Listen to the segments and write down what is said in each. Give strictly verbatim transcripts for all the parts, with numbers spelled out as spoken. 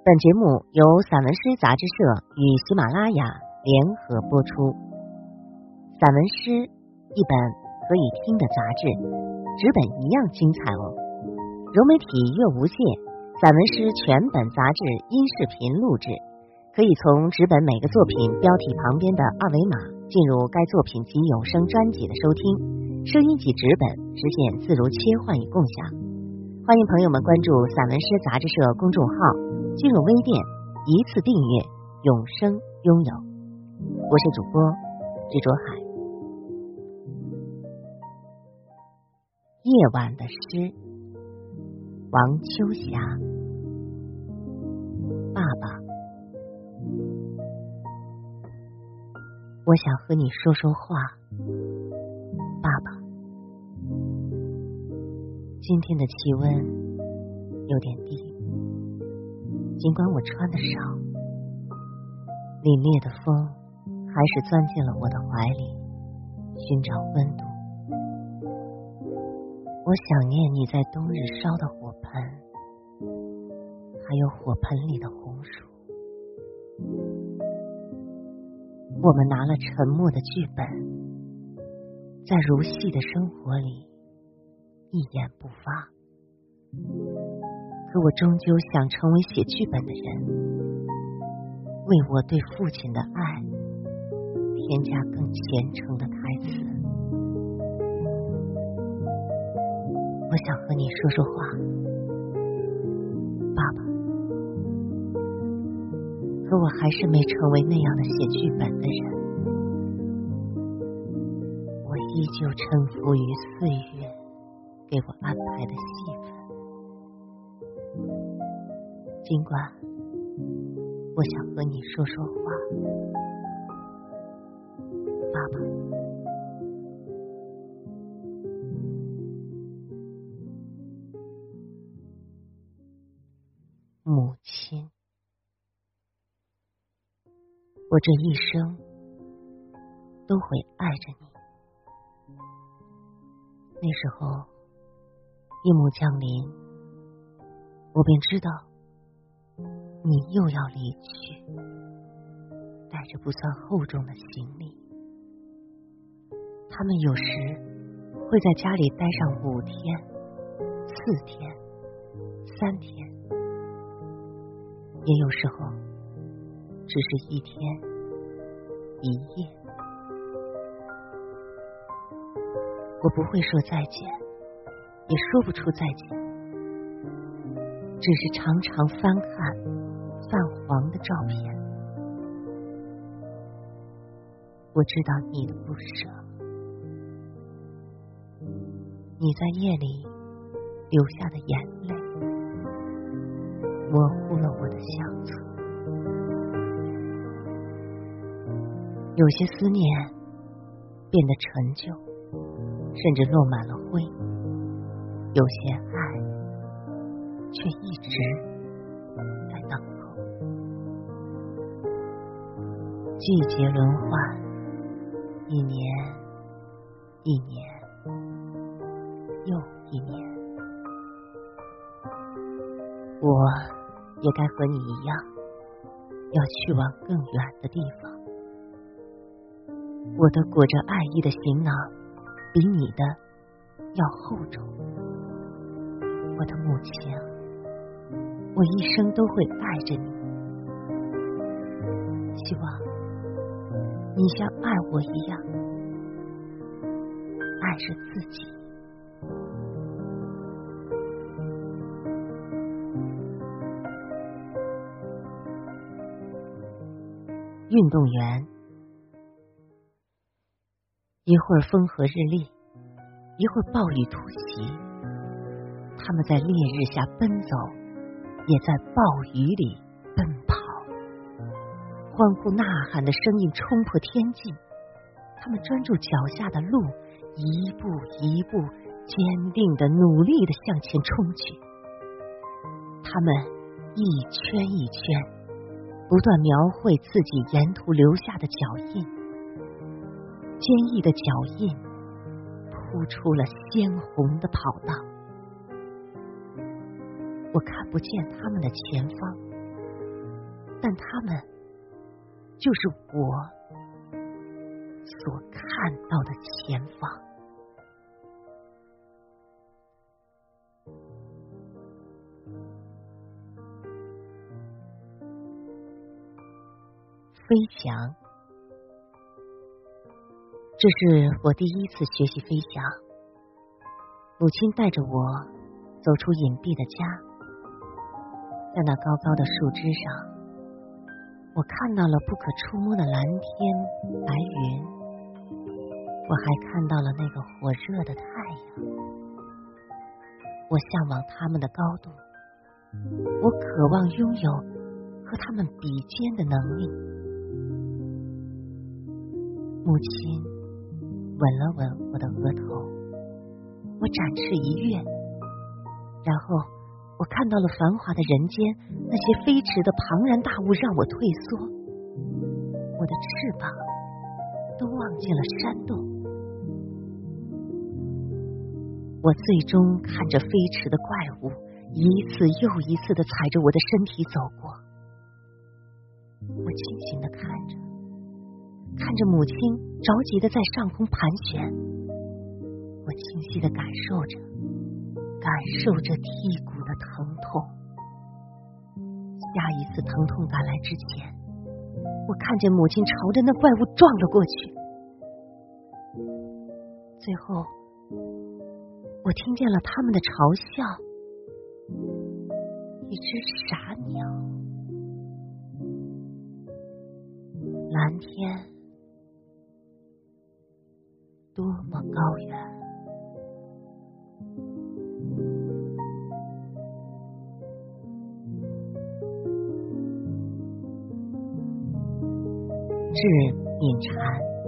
本节目由散文诗杂志社与喜马拉雅联合播出。散文诗，一本可以听的杂志，纸本一样精彩哦。融媒体阅无界，散文诗全本杂志音视频录制，可以从纸本每个作品标题旁边的二维码进入该作品及有声专辑的收听，声音及纸本实现自如切换与共享。欢迎朋友们关注散文诗杂志社公众号，进入微店一次订阅，永生拥有。我是主播执着海。夜晚的诗，王秋霞。爸爸，我想和你说说话。爸爸，今天的气温有点低，尽管我穿的少，凛冽的风还是钻进了我的怀里，寻找温度。我想念你在冬日烧的火盆，还有火盆里的红薯。我们拿了沉默的剧本，在如戏的生活里一言不发。可我终究想成为写剧本的人，为我对父亲的爱添加更虔诚的台词。我想和你说说话，爸爸。可我还是没成为那样的写剧本的人，我依旧臣服于岁月给我安排的戏份。尽管我想和你说说话，爸爸。母亲，我这一生都会爱着你。那时候一幕降临，我便知道你又要离去，带着不算厚重的行李。他们有时会在家里待上五天、四天、三天，也有时候只是一天一夜。我不会说再见，也说不出再见，只是常常翻看泛黄的照片。我知道你的不舍，你在夜里流下的眼泪模糊了我的相册。有些思念变得陈旧，甚至落满了灰，有些爱却一直在等候。季节轮换，一年一年又一年，我也该和你一样，要去往更远的地方。我的裹着爱意的行囊比你的要厚重。我的母亲，我一生都会爱着你。希望你像爱我一样爱着自己。运动员，一会儿风和日丽，一会儿暴雨突袭，他们在烈日下奔走，也在暴雨里奔跑。欢呼呐喊的声音冲破天际，他们专注脚下的路，一步一步坚定的努力的向前冲去。他们一圈一圈不断描绘自己沿途留下的脚印，坚毅的脚印铺出了鲜红的跑道。我看不见他们的前方， 但他们就是我所看到的前方。飞翔，这是我第一次学习飞翔。母亲带着我走出隐蔽的家，在那高高的树枝上，我看到了不可触摸的蓝天白云，我还看到了那个火热的太阳。我向往他们的高度，我渴望拥有和他们比肩的能力。母亲吻了吻我的额头，我展翅一跃，然后我看到了繁华的人间，那些飞驰的庞然大物让我退缩，我的翅膀都望进了山洞。我最终看着飞驰的怪物一次又一次地踩着我的身体走过，我清醒地看着看着母亲着急地在上空盘旋，我清晰地感受着感受着剔骨的疼痛。下一次疼痛赶来之前，我看见母亲朝着那怪物撞了过去。最后我听见了他们的嘲笑，一只傻鸟，蓝天多么高远。致敏蝉，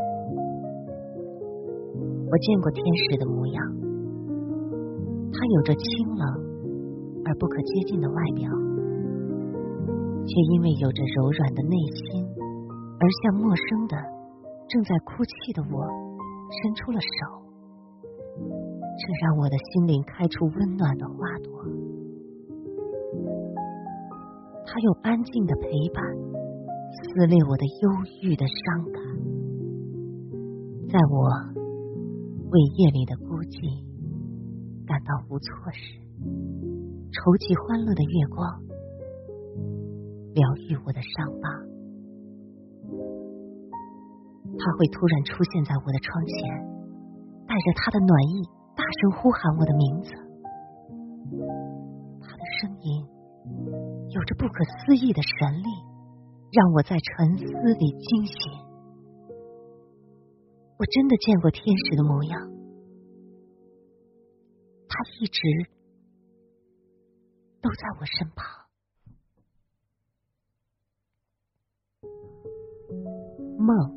我见过天使的模样，它有着清冷而不可接近的外表，却因为有着柔软的内心，而向陌生的正在哭泣的我伸出了手，这让我的心灵开出温暖的花朵。它用安静的陪伴撕裂我的忧郁的伤感。在我为夜里的孤寂感到无措时，筹集欢乐的月光疗愈我的伤疤。他会突然出现在我的窗前，带着他的暖意大声呼喊我的名字。他的声音有着不可思议的神力，让我在沉思里惊醒。我真的见过天使的模样，他一直都在我身旁。梦，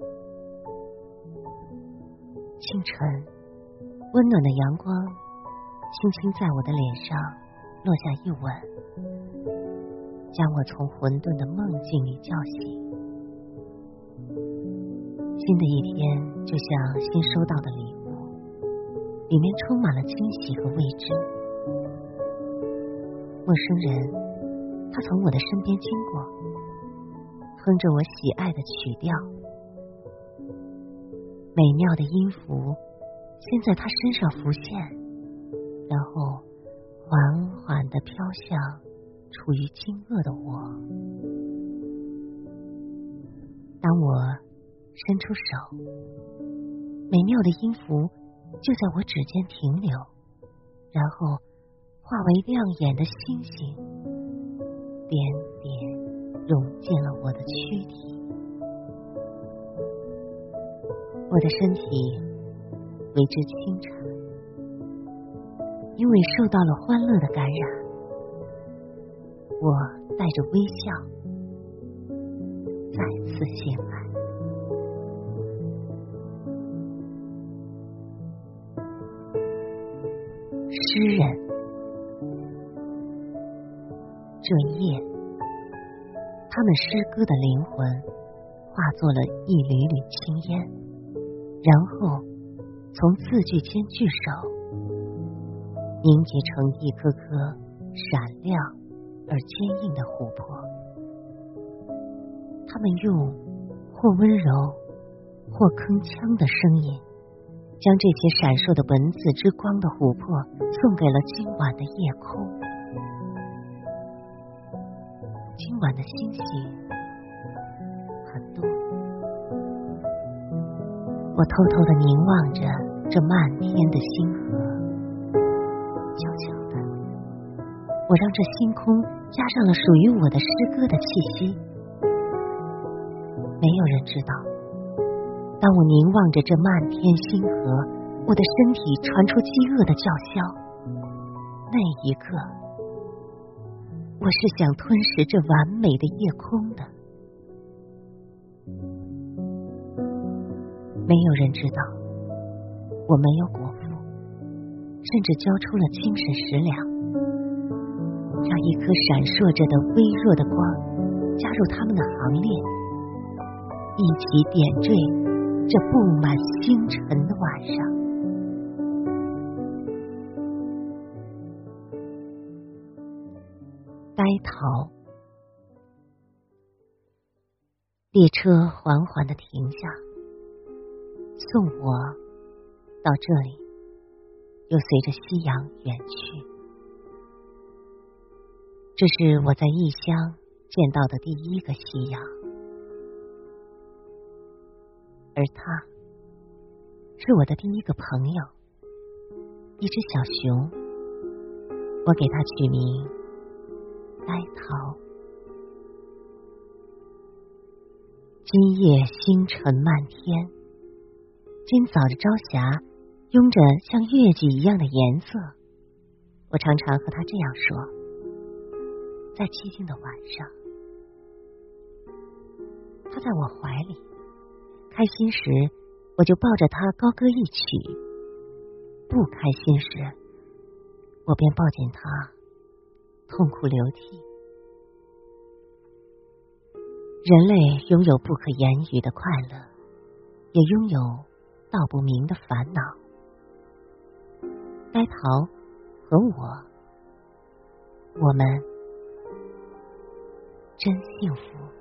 清晨，温暖的阳光轻轻在我的脸上落下一吻，将我从混沌的梦境里叫醒。新的一天就像新收到的礼物，里面充满了惊喜和未知。陌生人，他从我的身边经过，哼着我喜爱的曲调，美妙的音符先在他身上浮现，然后缓缓地飘向处于惊愕的我。当我伸出手，美妙的音符就在我指尖停留，然后化为亮眼的星星，点点融进了我的躯体。我的身体为之清澈，因为受到了欢乐的感染。我带着微笑再次醒来。诗人，这一夜，他们诗歌的灵魂化作了一缕缕青烟，然后从字句间聚首，凝结成一颗颗闪亮而坚硬的琥珀。 他们用或温柔或铿锵的声音，将这些闪烁的文字之光的琥珀送给了今晚的夜空。今晚的星星很多，我偷偷地凝望着这漫天的星河，悄悄地，我让这星空加上了属于我的诗歌的气息。没有人知道，当我凝望着这漫天星河，我的身体传出饥饿的叫嚣。那一刻，我是想吞噬这完美的夜空的。没有人知道，我没有果腹，甚至交出了精神食粮，让一颗闪烁着的微弱的光加入他们的行列，一起点缀这布满星辰的晚上。呆桃。列车缓缓地停下，送我到这里，又随着夕阳远去。这是我在异乡见到的第一个夕阳，而他是我的第一个朋友，一只小熊。我给它取名呆桃。今夜星辰漫天，今早的朝霞拥着像月季一样的颜色。我常常和他这样说，在寂静的晚上，他在我怀里，开心时我就抱着他高歌一曲，不开心时我便抱紧他痛哭流涕。人类拥有不可言语的快乐，也拥有道不明的烦恼。呆桃和我，我们真幸福。